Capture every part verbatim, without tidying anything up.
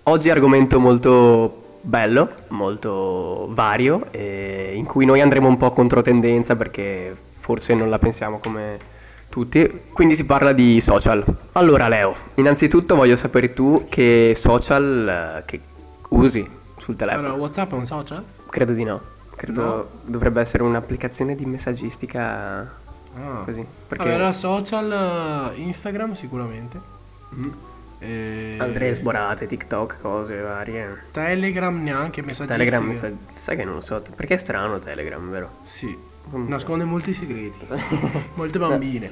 Oggi argomento molto bello, molto vario, e in cui noi andremo un po' controtendenza perché forse non la pensiamo come tutti. Quindi si parla di social. Allora Leo, innanzitutto voglio sapere tu che social eh, che usi sul Allora, telefono. WhatsApp è un social? Credo di no. Credo No. dovrebbe essere un'applicazione di messaggistica Ah. così. Perché Allora, social, eh, Instagram sicuramente. Mm. E... Andrea sborate, TikTok, cose varie. Telegram neanche messaggistica. Telegram, mi sa- sai che non lo so, perché è strano Telegram, vero? Sì. Mm. Nasconde molti segreti. Molte bambine.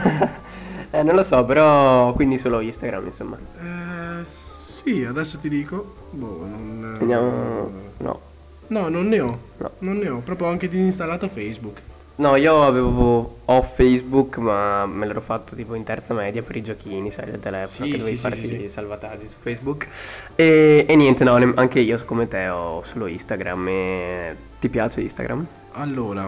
Eh, non lo so, però quindi solo Instagram, insomma. Eh, sì, adesso ti dico. Boh, non... Andiamo... No. No, non ne ho. No. Non ne ho. Proprio ho anche disinstallato Facebook. No, io avevo... ho Facebook, ma me l'ero fatto tipo in terza media per i giochini, sai, del telefono, Sì, che dovevi sì, sì, farti sì, sì. i salvataggi su Facebook. E, e niente, no, ne- anche io come te ho solo Instagram e... Ti piace Instagram? Allora,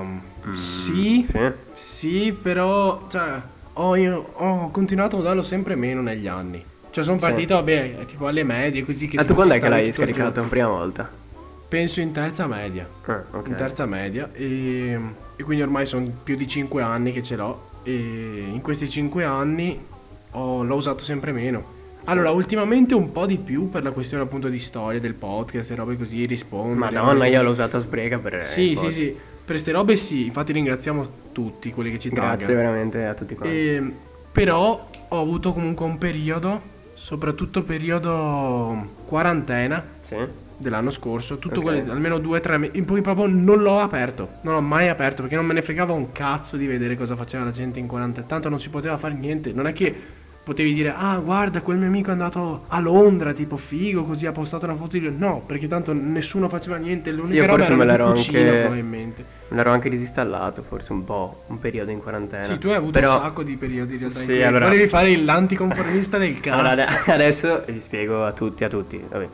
sì, Sì. sì, però, cioè, ho, io- ho continuato a usarlo sempre meno negli anni. Cioè, sono Sì. partito, vabbè, tipo alle medie, così che Ah, tu tipo quando ci è che stavi l'hai tutto il scaricato? giorno. Prima volta? Penso in terza media. Ah, ok. In terza media. E, e quindi ormai sono più di cinque anni che ce l'ho. E in questi cinque anni ho- l'ho usato sempre meno. Allora, ultimamente un po' di più per la questione appunto di storia, del podcast e robe così, rispondere. Madonna, robe io così. l'ho usato a sbrega per... Sì, il sì, pod. sì. Per ste robe sì, infatti ringraziamo tutti quelli che ci Grazie taggano. veramente a tutti quanti. E, però ho avuto comunque un periodo, soprattutto periodo quarantena Sì? dell'anno scorso, tutto Ok. quelli- almeno due o tre mesi, in cui proprio non l'ho aperto, non l'ho mai aperto perché non me ne fregava un cazzo di vedere cosa faceva la gente in quarantena, tanto non si poteva fare niente, non è che potevi dire ah guarda quel mio amico è andato a Londra tipo figo così ha postato una foto di lui, no perché tanto nessuno faceva niente, l'unica Sì, io roba forse era me di l'ero cucina anche... probabilmente. Me l'ero anche disinstallato, forse un po', un periodo in quarantena. Sì, tu hai avuto Però... un sacco di periodi in realtà in Sì, cui allora- volevi fare l'anticonformista del cazzo. Allora, ade- adesso vi spiego a tutti, a tutti, vabbè.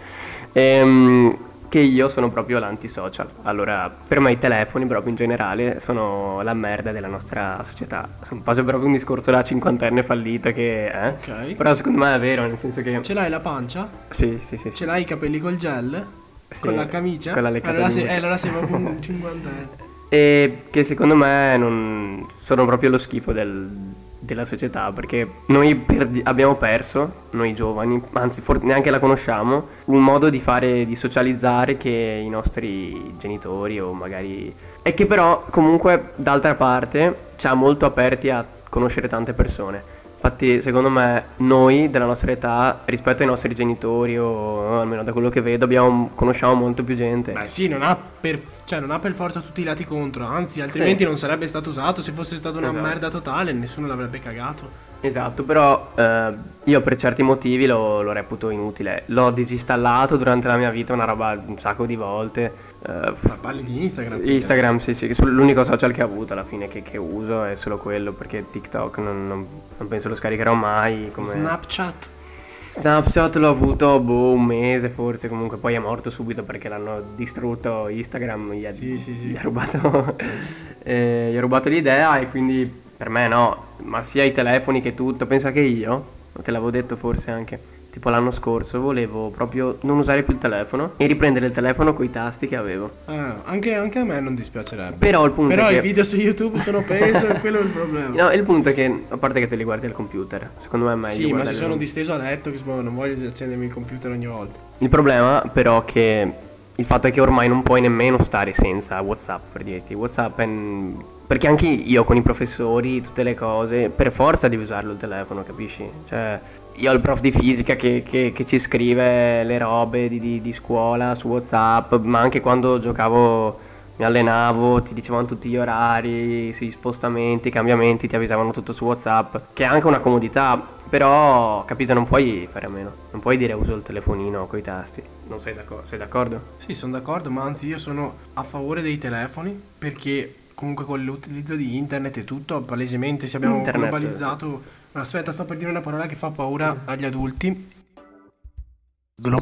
Ehm, che io sono proprio l'antisocial. Allora, per me i telefoni, proprio in generale, sono la merda della nostra società. Sono quasi proprio un discorso da cinquantenne fallita che... Eh? Ok. Però secondo me è vero, nel senso che... Ce l'hai la pancia? Sì, sì, sì, sì. Ce l'hai i capelli col gel? Sì, Con la camicia? con la leccata allora, di sei, mucca. eh, allora sei proprio un cinquantenne. E che secondo me non sono proprio lo schifo del- della società, perché noi perdi- abbiamo perso, noi giovani, anzi for- neanche la conosciamo, un modo di fare, di socializzare che i nostri genitori o magari... e che però comunque d'altra parte ci ha molto aperti a conoscere tante persone. Infatti secondo me noi della nostra età rispetto ai nostri genitori o almeno da quello che vedo abbiamo, conosciamo molto più gente. Beh sì, non ha, per, cioè, non ha per forza tutti i lati contro, anzi altrimenti Sì. non sarebbe stato usato, se fosse stata una Esatto. merda totale nessuno l'avrebbe cagato. Esatto, però eh, io per certi motivi lo, lo reputo inutile. L'ho disinstallato durante la mia vita una roba un sacco di volte. Eh, Ma parli di Instagram? Instagram, sì, sì, sul- l'unico social che ho avuto alla fine che, che uso è solo quello, perché TikTok non, non- non penso lo scaricherò mai. Come... Snapchat? Snapchat l'ho avuto boh, un mese forse, comunque poi è morto subito perché l'hanno distrutto Instagram, gli ha, Sì, sì, sì. gli ha rubato, eh, gli ha rubato l'idea e quindi per me no, ma sia i telefoni che tutto, pensa che io, te l'avevo detto forse anche, tipo l'anno scorso volevo proprio non usare più il telefono e riprendere il telefono coi tasti che avevo. Ah, anche, anche a me non dispiacerebbe. Però il punto Però è i che... video su YouTube sono peso e quello è il problema. No, il punto è che, a parte che te li guardi al computer, secondo me è meglio Sì, ma se guardarli sono al- disteso a letto che boh, non voglio accendermi il computer ogni volta. Il problema però che il fatto è che ormai non puoi nemmeno stare senza WhatsApp, per dirti. WhatsApp è... Perché anche io con i professori, tutte le cose, per forza devi usarlo il telefono, capisci? Cioè, io ho il prof di fisica che, che- che ci scrive le robe di, di- di scuola su WhatsApp, ma anche quando giocavo, mi allenavo, ti dicevano tutti gli orari, sugli spostamenti, i cambiamenti, ti avvisavano tutto su WhatsApp, che è anche una comodità, però, capito, non puoi fare a meno, non puoi dire uso il telefonino coi tasti, non sei d'accordo? Sei d'accordo? Sì, sono d'accordo, ma anzi io sono a favore dei telefoni perché comunque con l'utilizzo di internet e tutto, palesemente se abbiamo Internet, globalizzato... Aspetta, sto per dire una parola che fa paura agli adulti.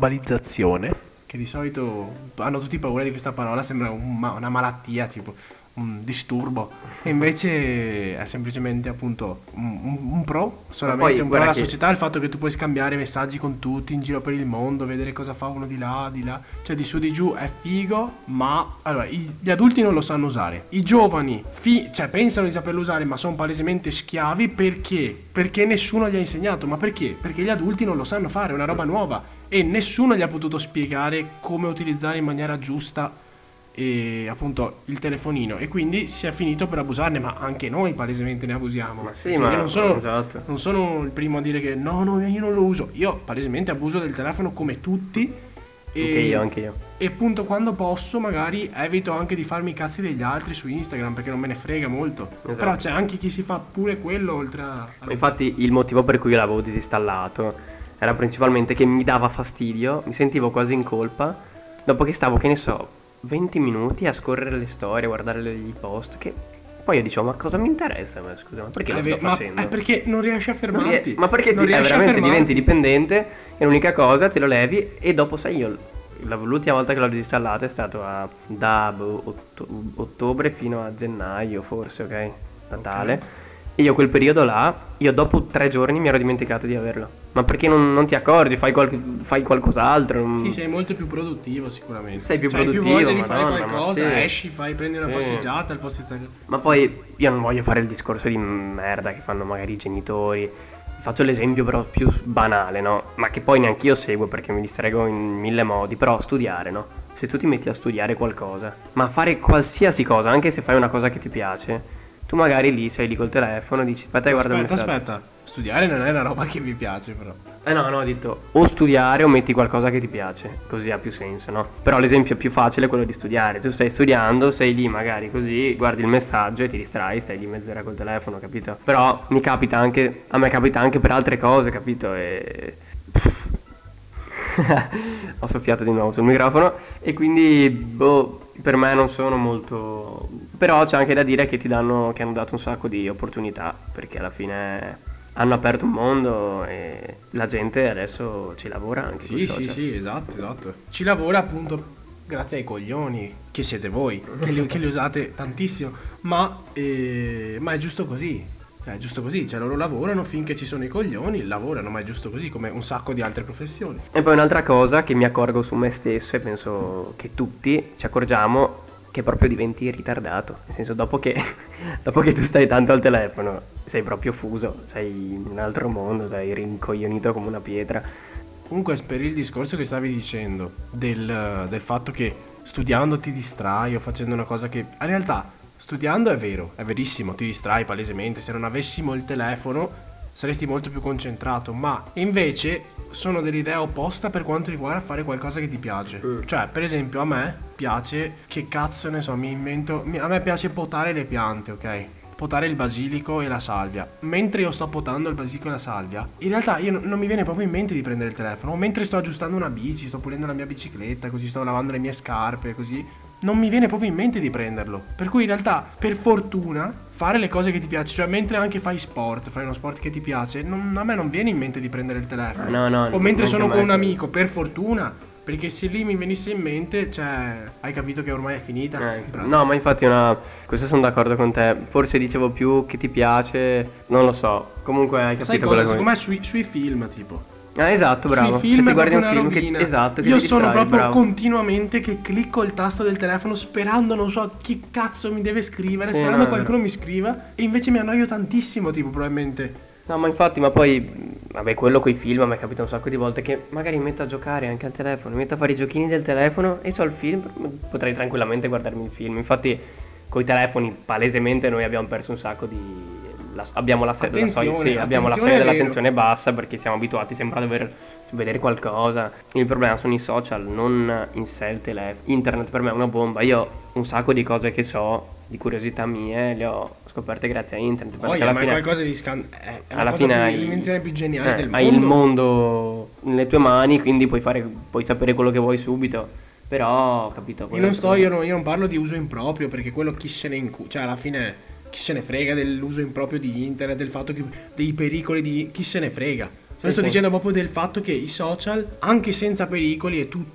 Globalizzazione, che di solito hanno tutti paura di questa parola, sembra un ma- una malattia, tipo un disturbo. E invece è semplicemente appunto un, un- un pro, solamente poi, un pro guarda alla che- società, il fatto che tu puoi scambiare messaggi con tutti in giro per il mondo, vedere cosa fa uno di là, di là, cioè di su di giù è figo, ma allora i- gli adulti non lo sanno usare. I giovani fi- cioè pensano di saperlo usare, ma sono palesemente schiavi perché? Perché nessuno gli ha insegnato, ma perché? Perché gli adulti non lo sanno fare, è una roba nuova e nessuno gli ha potuto spiegare come utilizzare in maniera giusta e appunto il telefonino, e quindi si è finito per abusarne, ma anche noi palesemente ne abusiamo. Ma sì, Perché ma io non sono, esatto. non sono il primo a dire che no, no, io non lo uso. Io palesemente abuso del telefono come tutti. E, Anche io, anche io. E appunto quando posso magari evito anche di farmi i cazzi degli altri su Instagram perché non me ne frega molto. Esatto. Però c'è anche chi si fa pure quello oltre a... Ma infatti il motivo per cui io l'avevo disinstallato era principalmente che mi dava fastidio, mi sentivo quasi in colpa, dopo che stavo, che ne so, venti minuti a scorrere le storie, a guardare le- i post, che poi io dicevo, ma cosa mi interessa? Ma scusa, ma perché lo Eh, sto ma facendo? è perché non riesci a Non rie- fermarti. ma perché Non ti, eh, riesci a veramente fermarti. diventi dipendente e l'unica cosa te lo levi e dopo sai io la- l'ultima volta che l'ho disinstallato è stato a, da boh, otto- ottobre fino a gennaio forse, ok? Natale. E io quel periodo là, io dopo tre giorni mi ero dimenticato di averlo. Ma perché non, non ti accorgi? Fai, qual- fai qualcos'altro? non- Sì, sei molto più produttivo sicuramente. Sei più Cioè, hai produttivo, più voglia di fare Madonna, ma qualcosa, sì. esci, fai, prendi una Sì. passeggiata al posto di stare... Ma poi io non voglio fare il discorso di merda che fanno magari i genitori. Faccio l'esempio però più s- banale, no? Ma che poi neanch'io seguo perché mi distraggo in mille modi. Però studiare, no? Se tu ti metti a studiare qualcosa, ma fare qualsiasi cosa, anche se fai una cosa che ti piace, tu magari lì sei lì col telefono e dici aspetta, guarda il Aspetta, messaggio. aspetta. Studiare non è una roba che mi piace però. Eh no, no, ho detto o studiare o metti qualcosa che ti piace, così ha più senso, no? Però l'esempio più facile è quello di studiare. Tu stai studiando, sei lì magari così, guardi il messaggio e ti distrai, stai lì mezz'ora col telefono, capito? Però mi capita anche, a me capita anche per altre cose, capito? E... ho soffiato di nuovo sul microfono e quindi, boh, per me non sono molto... Però c'è anche da dire che ti danno, che hanno dato un sacco di opportunità, perché alla fine hanno aperto un mondo e la gente adesso ci lavora anche Sì, coi sì, social. sì, esatto, esatto. Ci lavora appunto grazie ai coglioni, che siete voi, che li, che li usate tantissimo, ma, eh, ma è giusto così. Cioè, è giusto così, cioè loro lavorano finché ci sono i coglioni, lavorano, ma è giusto così, come un sacco di altre professioni. E poi un'altra cosa che mi accorgo su me stesso e penso che tutti ci accorgiamo che proprio diventi ritardato. Nel senso, dopo che, dopo che tu stai tanto al telefono, sei proprio fuso, sei in un altro mondo, sei rincoglionito come una pietra. Comunque, per il discorso che stavi dicendo del, del fatto che studiando ti distrai o facendo una cosa che... In realtà, studiando è vero, è verissimo, ti distrai palesemente. Se non avessimo il telefono saresti molto più concentrato, ma invece sono dell'idea opposta per quanto riguarda fare qualcosa che ti piace. Cioè, per esempio, a me piace, che cazzo ne so, mi invento... mi- a me piace potare le piante, ok? Potare il basilico e la salvia. Mentre io sto potando il basilico e la salvia, in realtà io non non mi viene proprio in mente di prendere il telefono. O mentre sto aggiustando una bici, sto pulendo la mia bicicletta, così sto lavando le mie scarpe, così non mi viene proprio in mente di prenderlo. Per cui in realtà, per fortuna, fare le cose che ti piace, cioè mentre anche fai sport, fai uno sport che ti piace, non- a me non viene in mente di prendere il telefono. No, no, o mentre neanche sono a me. con un amico, per fortuna, perché se lì mi venisse in mente, cioè, hai capito che ormai è finita. Eh, Bravo. no, ma infatti una... questo sono d'accordo con te. Forse dicevo più che ti piace, non lo so. Comunque hai Sai capito cosa? quello che... Secondo me sui, sui film, tipo. Ah, esatto, bravo. Sui film Se è ti guardi un proprio film una che... rovina. Esatto, che Io ti sono distrai, proprio bravo. continuamente che clicco il tasto del telefono sperando, non so chi cazzo mi deve scrivere, Sì, sperando no, è qualcuno mi scriva, e invece mi annoio tantissimo, tipo, probabilmente. No, ma infatti, ma poi... Vabbè, quello coi film a me capita un sacco di volte che magari mi metto a giocare anche al telefono, mi metto a fare i giochini del telefono e ho il film, potrei tranquillamente guardarmi il film. Infatti, coi telefoni palesemente noi abbiamo perso un sacco di... la- abbiamo la, se- la Attenzione, soglia, sì, abbiamo la attenzione, soglia è vero. dell'attenzione bassa perché siamo abituati sempre a dover vedere qualcosa. Il problema sono i social, non in sé il telefono. Internet per me è una bomba. Io un sacco di cose che so, di curiosità mie, le ho scoperte grazie a internet. Perché Poi, alla ma è fine... qualcosa di scan... È è la alla cosa fine più- hai, l'invenzione più geniale eh, del mondo. hai il mondo nelle tue mani, quindi puoi fare, puoi sapere quello che vuoi subito. Però, capito? Io quello non che- sto, io non, io non parlo di uso improprio, perché quello chi se ne incu... Cioè, alla fine, chi se ne frega dell'uso improprio di internet, del fatto che... dei pericoli di... Chi se ne frega. Io Sì, sto sì. dicendo proprio del fatto che i social, anche senza pericoli e tutto,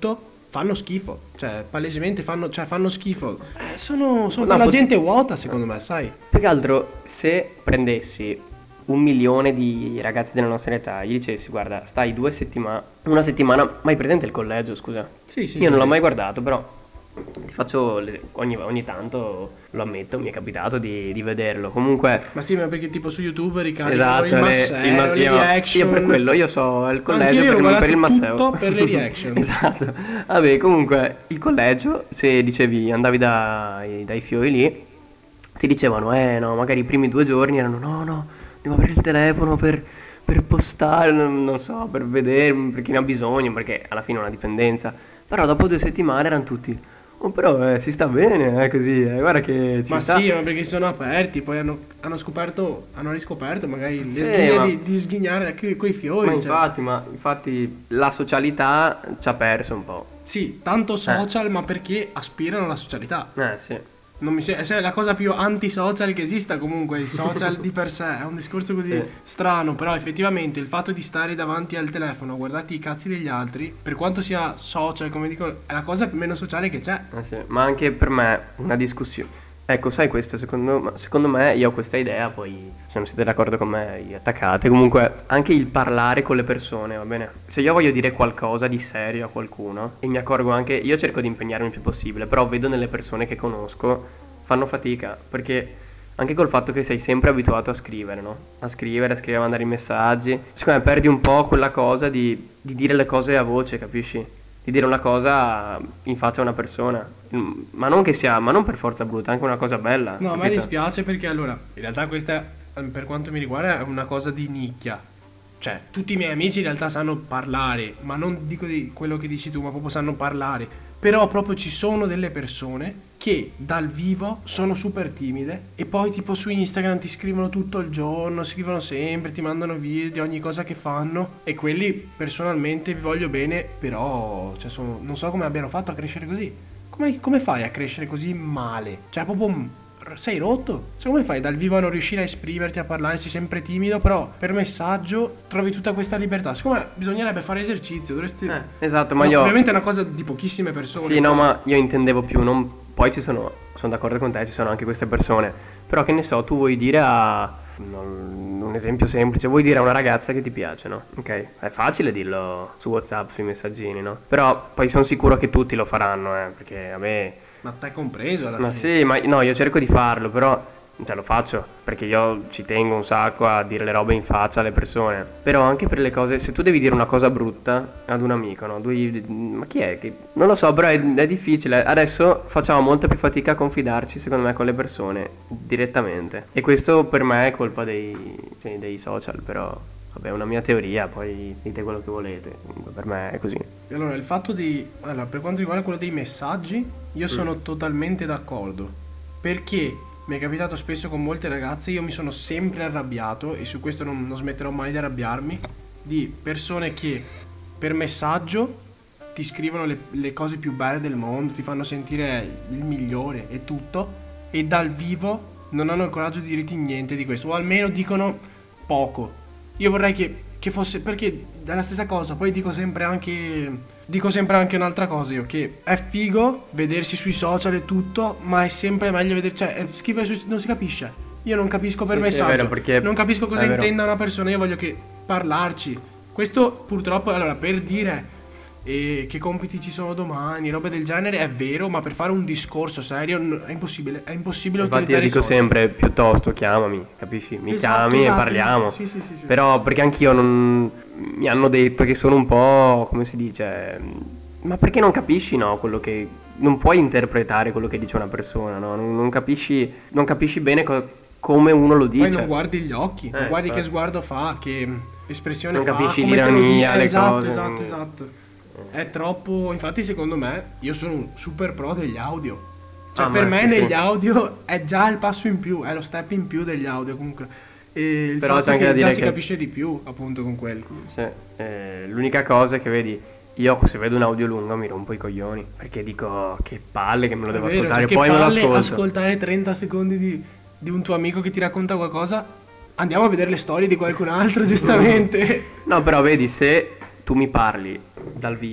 fanno schifo. Cioè, palesemente fanno, cioè, fanno schifo. Eh, sono sono No, per la pot- gente vuota, secondo me, sai? Più che altro, se prendessi un milione di ragazzi della nostra età, gli dicessi, guarda, stai due settimane, una settimana, ma hai presente il collegio, scusa? Sì, sì. Io sì, non l'ho sì. mai guardato, però ti faccio, le- ogni, ogni tanto, lo ammetto, mi è capitato di, di vederlo. Comunque, Ma sì, ma perché tipo su YouTube ricaricano esatto, il le- Masseo, il ma- le io, reaction. io per quello, io so il collegio io l'ho per, guardato per il Masseo. tutto per le reaction. Esatto. Vabbè, comunque, il collegio, se dicevi, andavi dai, dai fiori lì, ti dicevano, eh no, magari i primi due giorni erano, no, no, devo aprire il telefono per, per postare, non, non so, per vedere, per chi ne ha bisogno, perché alla fine è una dipendenza. Però dopo due settimane erano tutti, oh però eh, si sta bene, eh, così, eh, guarda che ci Ma sta. sì, ma perché si sono aperti, poi hanno, hanno scoperto, hanno riscoperto magari Sì, le sghiglie ma- di, di sghignare que- quei fiori. Ma cioè. infatti, ma infatti la socialità ci ha perso un po'. Sì, tanto social, ma perché aspirano alla socialità. Eh sì. Non mi se- è la cosa più antisocial che esista comunque, il social di per sé, è un discorso così Sì. strano, però effettivamente il fatto di stare davanti al telefono a guardarti i cazzi degli altri, per quanto sia social, come dico, è la cosa meno sociale che c'è. Eh sì, ma anche per me una discussione. Ecco, sai questo, secondo, ma- secondo me io ho questa idea, poi se non siete d'accordo con me vi attaccate. Comunque, anche il parlare con le persone, va bene? Se io voglio dire qualcosa di serio a qualcuno, e mi accorgo anche, io cerco di impegnarmi il più possibile, però vedo nelle persone che conosco, fanno fatica, perché anche col fatto che sei sempre abituato a scrivere, no? A scrivere, a scrivere, a mandare i messaggi, secondo me perdi un po' quella cosa di, di dire le cose a voce, capisci? Di dire una cosa in faccia a una persona, Mm, ma non che sia, ma non per forza brutta, anche una cosa bella. No, a me capito? dispiace perché allora, in realtà questa, eh, per quanto mi riguarda, è una cosa di nicchia. Cioè, tutti i miei amici in realtà sanno parlare, ma non dico di quello che dici tu, ma proprio sanno parlare. Però proprio ci sono delle persone che dal vivo sono super timide e poi tipo su Instagram ti scrivono tutto il giorno, scrivono sempre, ti mandano video di ogni cosa che fanno e quelli personalmente vi voglio bene, però cioè, sono- non so come abbiano fatto a crescere così. Come, come fai a crescere così male? Cioè proprio mm, r- sei rotto? Cioè, come fai dal vivo a non riuscire a esprimerti, a parlare, sei sempre timido, però per messaggio trovi tutta questa libertà. Secondo me bisognerebbe fare esercizio, dovresti... Eh, esatto, ma No, io... ovviamente è una cosa di pochissime persone. Sì, no, però- ma io intendevo più, non... poi ci sono, sono d'accordo con te, ci sono anche queste persone, però che ne so, tu vuoi dire a... non- un esempio semplice, vuoi dire a una ragazza che ti piace, no? Ok, è facile dirlo su WhatsApp, sui messaggini, no? Però poi sono sicuro che tutti lo faranno, eh, perché a me... Ma te compreso alla Ma fine. sì, ma no, io cerco di farlo, però te lo faccio perché io ci tengo un sacco a dire le robe in faccia alle persone. Però anche per le cose, se tu devi dire una cosa brutta ad un amico, no? Due- ma chi è che non lo so, però è, è difficile. Adesso facciamo molta più fatica a confidarci, secondo me, con le persone direttamente. E questo per me è colpa dei, cioè, dei social, però vabbè, è una mia teoria, poi dite quello che volete. Comunque per me è così. Allora, il fatto di... Allora, per quanto riguarda quello dei messaggi, io sono totalmente d'accordo. Perché mi è capitato spesso con molte ragazze, io mi sono sempre arrabbiato, e su questo non, non smetterò mai di arrabbiarmi, di persone che per messaggio ti scrivono le, le cose più belle del mondo, ti fanno sentire il migliore e tutto, e dal vivo non hanno il coraggio di dirti niente di questo, o almeno dicono poco. Io vorrei che, che fosse, perché è la stessa cosa, poi dico sempre anche... Dico sempre anche un'altra cosa io, che è figo vedersi sui social e tutto, ma è sempre meglio vedere, cioè eh, scrivere su, non si capisce. Io non capisco per Sì, sì, è messaggio, vero, perché- non capisco cosa è vero. intenda una persona, io voglio che parlarci. Questo purtroppo, allora, per dire eh, che compiti ci sono domani, robe del genere, è vero, ma per fare un discorso serio n- è impossibile, è impossibile Infatti io utilizzare i dico social. sempre, piuttosto chiamami, capisci? Mi Esatto, chiami esatto. e parliamo. Sì, sì, sì, sì. Però perché anch'io non... mi hanno detto che sono un po', come si dice, ma perché non capisci, no, quello che... non puoi interpretare quello che dice una persona, no? Non, non capisci, non capisci bene co- come uno lo Poi dice. non guardi gli occhi, non Eh, guardi che infatti. sguardo fa, che espressione Non fa, capisci come te lo l'ironia, dice. le Esatto, cose. esatto, esatto. È troppo, infatti secondo me, io sono un super pro degli audio. Cioè Ah, per ma me sì, negli sì. audio è già il passo in più, è lo step in più degli audio comunque. E il Però fatto c'è anche che da già dire si che- capisce di più appunto con quello. Sì, eh, l'unica cosa è che vedi, io se vedo un audio lungo mi rompo i coglioni, perché dico che palle che me lo devo È vero, ascoltare, cioè, che poi me lo palle ascolto. ascoltare trenta secondi di, di un tuo amico che ti racconta qualcosa. Andiamo a vedere le storie di qualcun altro, giustamente. No, però vedi, se tu mi parli dal vivo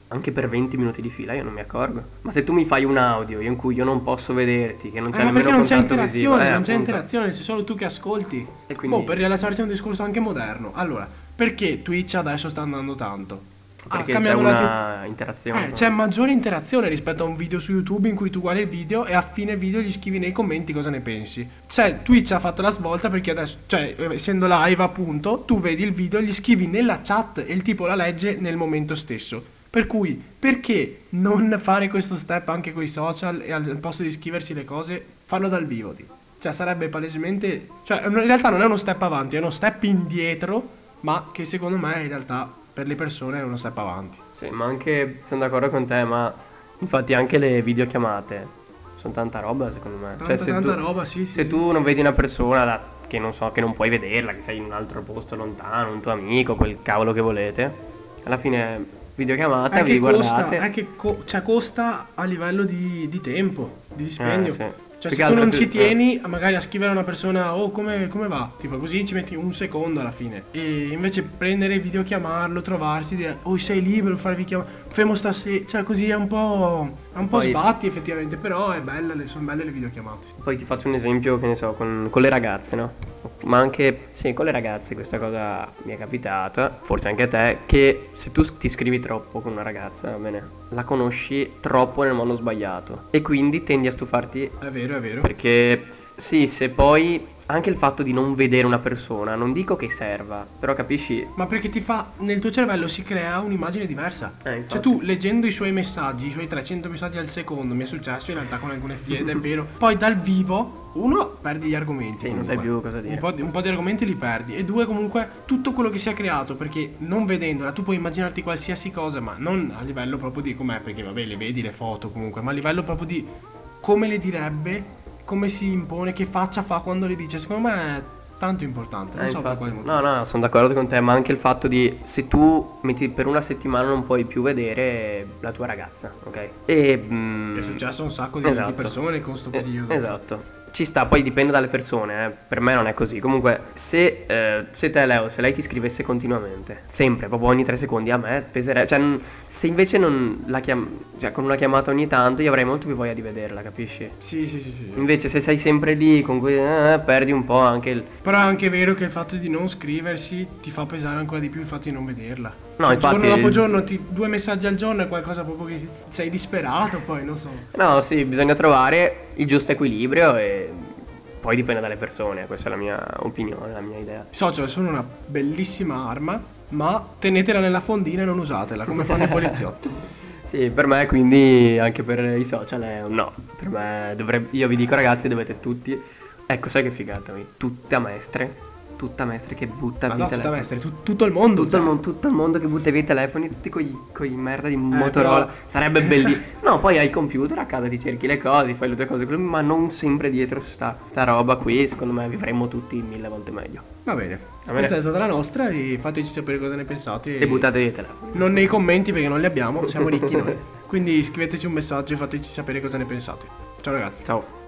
anche per venti minuti di fila, io non mi accorgo. Ma se tu mi fai un audio in cui io non posso vederti, che non c'è Eh, ma nemmeno perché non c'è contatto visivo, interazione, eh, non c'è appunto. interazione, sei solo tu che ascolti. E quindi- Boh, per riallacciarti a un discorso anche moderno. Allora, perché Twitch adesso sta andando tanto? Ah, Perché c'è cambiando la una interazione. Eh, c'è maggiore interazione rispetto a un video su YouTube in cui tu guardi il video e a fine video gli scrivi nei commenti cosa ne pensi. Cioè, Twitch ha fatto la svolta perché adesso, cioè, essendo live appunto, tu vedi il video, gli scrivi nella chat e il tipo la legge nel momento stesso. Per cui, perché non fare questo step anche con i social e al posto di scriversi le cose, farlo dal vivo, tipo? Cioè, sarebbe palesemente... Cioè, in realtà non è uno step avanti, è uno step indietro, ma che secondo me in realtà... per le persone è uno step avanti. Sì, ma anche sono d'accordo con te, ma infatti anche le videochiamate sono tanta roba secondo me. Tanta, cioè, se tanta tu, roba, sì, sì, Se sì. tu non vedi una persona da- che non so, che non puoi vederla, che sei in un altro posto lontano, un tuo amico, quel cavolo che volete, alla fine videochiamata, È vi che costa, guardate. è che co- cioè costa a livello di, di tempo, di dispendio. Eh, sì. Cioè, Più se che tu altro non se- ci tieni, magari a scrivere a una persona, oh, come, come va? Tipo, così ci metti un secondo alla fine. E invece prendere, videochiamarlo, trovarsi, dire, oh, sei libero, farvi chiamare, fermo stasera. Cioè, così è un po'. È un po' Poi- sbatti, effettivamente. Però è bella, le- sono belle le videochiamate. Poi ti faccio un esempio, che ne so, con, con le ragazze, no? Ma anche, sì, con le ragazze questa cosa mi è capitata, forse anche a te, che se tu s- ti scrivi troppo con una ragazza, va bene, la conosci troppo nel modo sbagliato e quindi tendi a stufarti È vero, è vero. perché, sì, se poi anche il fatto di non vedere una persona, non dico che serva, però capisci? Ma perché ti fa, nel tuo cervello si crea un'immagine diversa. Eh, infatti. Cioè tu leggendo i suoi messaggi, i suoi trecento messaggi al secondo, mi è successo in realtà con alcune figlie, ed è vero. Poi dal vivo, uno, perdi gli argomenti. Sì, non comunque. sai più cosa dire. Un po', di, un po' di argomenti li perdi. E due, comunque, tutto quello che si è creato, perché non vedendola, tu puoi immaginarti qualsiasi cosa, ma non a livello proprio di com'è, perché vabbè, le vedi le foto comunque, ma a livello proprio di come le direbbe, come si impone, che faccia fa quando le dice. Secondo me è tanto importante. Non Eh, so per infatti. quale motivo. No, no, sono d'accordo con te, ma anche il fatto di se tu metti per una settimana non puoi più vedere la tua ragazza, ok? E mm, È successo a un sacco di, di esatto. persone con sto Eh, periodo. esatto. Ci sta, poi dipende dalle persone, eh. Per me non è così. Comunque, se, eh, se te, Leo, se lei ti scrivesse continuamente, sempre, proprio ogni tre secondi, a me peserebbe. Cioè, n- se invece non la chiam- cioè, con una chiamata ogni tanto, io avrei molto più voglia di vederla, capisci? Sì, sì, sì, sì. Invece, se sei sempre lì, con cui eh, perdi un po' anche il. Però è anche vero che il fatto di non scriversi ti fa pesare ancora di più il fatto di non vederla. No, Cioè, infatti- giorno dopo giorno, ti- due messaggi al giorno è qualcosa proprio che sei disperato, poi non so. No, sì, bisogna trovare il giusto equilibrio e poi dipende dalle persone, questa è la mia opinione, la mia idea. I social sono una bellissima arma, ma tenetela nella fondina e non usatela, come fanno i poliziotti. Sì, per me quindi anche per i social è un no. Per me dovrebbe, io vi dico ragazzi, dovete tutti. Ecco, sai che figata, mi- tutte a maestre. Tutta maestre che butta Ma via no, i tutta telefoni. mestre, tu- tutto il mondo. Tutto il, cioè. mon- tutto il mondo che butta via i telefoni, tutti coi, coi merda di Motorola. però- Sarebbe bellissimo. No, poi hai il computer a casa, ti cerchi le cose, fai le tue cose, ma non sempre dietro sta, sta roba qui. Secondo me vivremmo tutti mille volte meglio. Va bene. bene. Questa è stata la nostra e fateci sapere cosa ne pensate. E buttate via i telefoni. Non nei commenti perché non li abbiamo, siamo ricchi noi. Quindi scriveteci un messaggio e fateci sapere cosa ne pensate. Ciao ragazzi. Ciao.